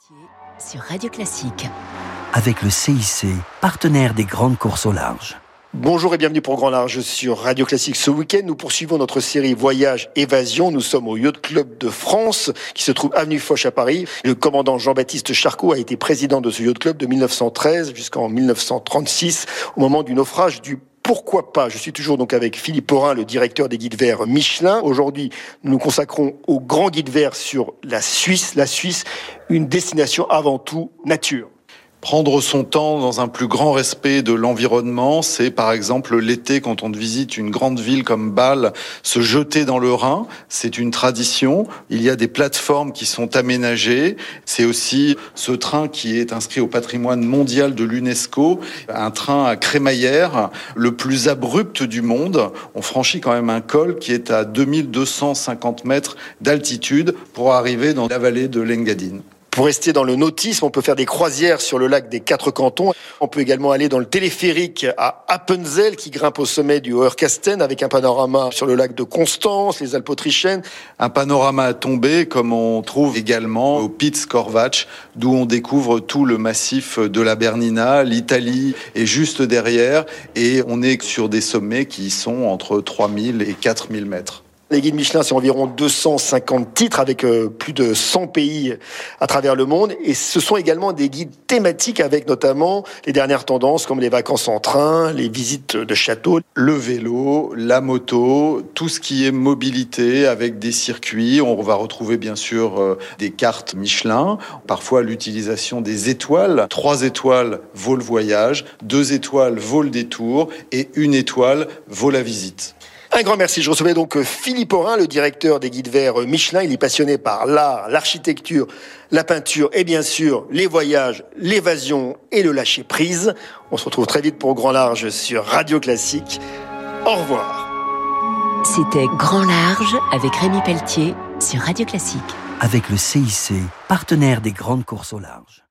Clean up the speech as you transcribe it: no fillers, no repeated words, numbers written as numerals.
Sur Radio Classique. Avec le CIC, partenaire des grandes courses au large. Bonjour et bienvenue pour Grand Large sur Radio Classique. Ce week-end, nous poursuivons notre série Voyage Évasion. Nous sommes au Yacht Club de France, qui se trouve avenue Foch à Paris. Le commandant Jean-Baptiste Charcot a été président de ce Yacht Club de 1913 jusqu'en 1936, au moment du naufrage du Pourquoi pas. Je suis toujours donc avec Philippe Porin, le directeur des guides verts Michelin. Aujourd'hui, nous nous consacrons au grand guide vert sur la Suisse. La Suisse, une destination avant tout nature. Prendre son temps dans un plus grand respect de l'environnement, c'est par exemple l'été quand on visite une grande ville comme Bâle, se jeter dans le Rhin, c'est une tradition. Il y a des plateformes qui sont aménagées. C'est aussi ce train qui est inscrit au patrimoine mondial de l'UNESCO, un train à crémaillère, le plus abrupt du monde. On franchit quand même un col qui est à 2250 mètres d'altitude pour arriver dans la vallée de l'Engadine. Pour rester dans le nautisme, on peut faire des croisières sur le lac des Quatre Cantons. On peut également aller dans le téléphérique à Appenzell qui grimpe au sommet du Hoherkasten avec un panorama sur le lac de Constance, les Alpes autrichiennes. Un panorama à tomber comme on trouve également au Piz Corvatsch, d'où on découvre tout le massif de la Bernina. L'Italie est juste derrière et on est sur des sommets qui sont entre 3000 et 4000 mètres. Les guides Michelin, c'est environ 250 titres avec plus de 100 pays à travers le monde. Et ce sont également des guides thématiques avec notamment les dernières tendances comme les vacances en train, les visites de châteaux. Le vélo, la moto, tout ce qui est mobilité avec des circuits. On va retrouver bien sûr des cartes Michelin. Parfois l'utilisation des étoiles. 3 étoiles vaut le voyage, 2 étoiles vaut le détour et 1 étoile vaut la visite. Un grand merci. Je recevais donc Philippe Porin, le directeur des guides verts Michelin. Il est passionné par l'art, l'architecture, la peinture et bien sûr les voyages, l'évasion et le lâcher-prise. On se retrouve très vite pour Grand Large sur Radio Classique. Au revoir. C'était Grand Large avec Rémi Pelletier sur Radio Classique. Avec le CIC, partenaire des grandes courses au large.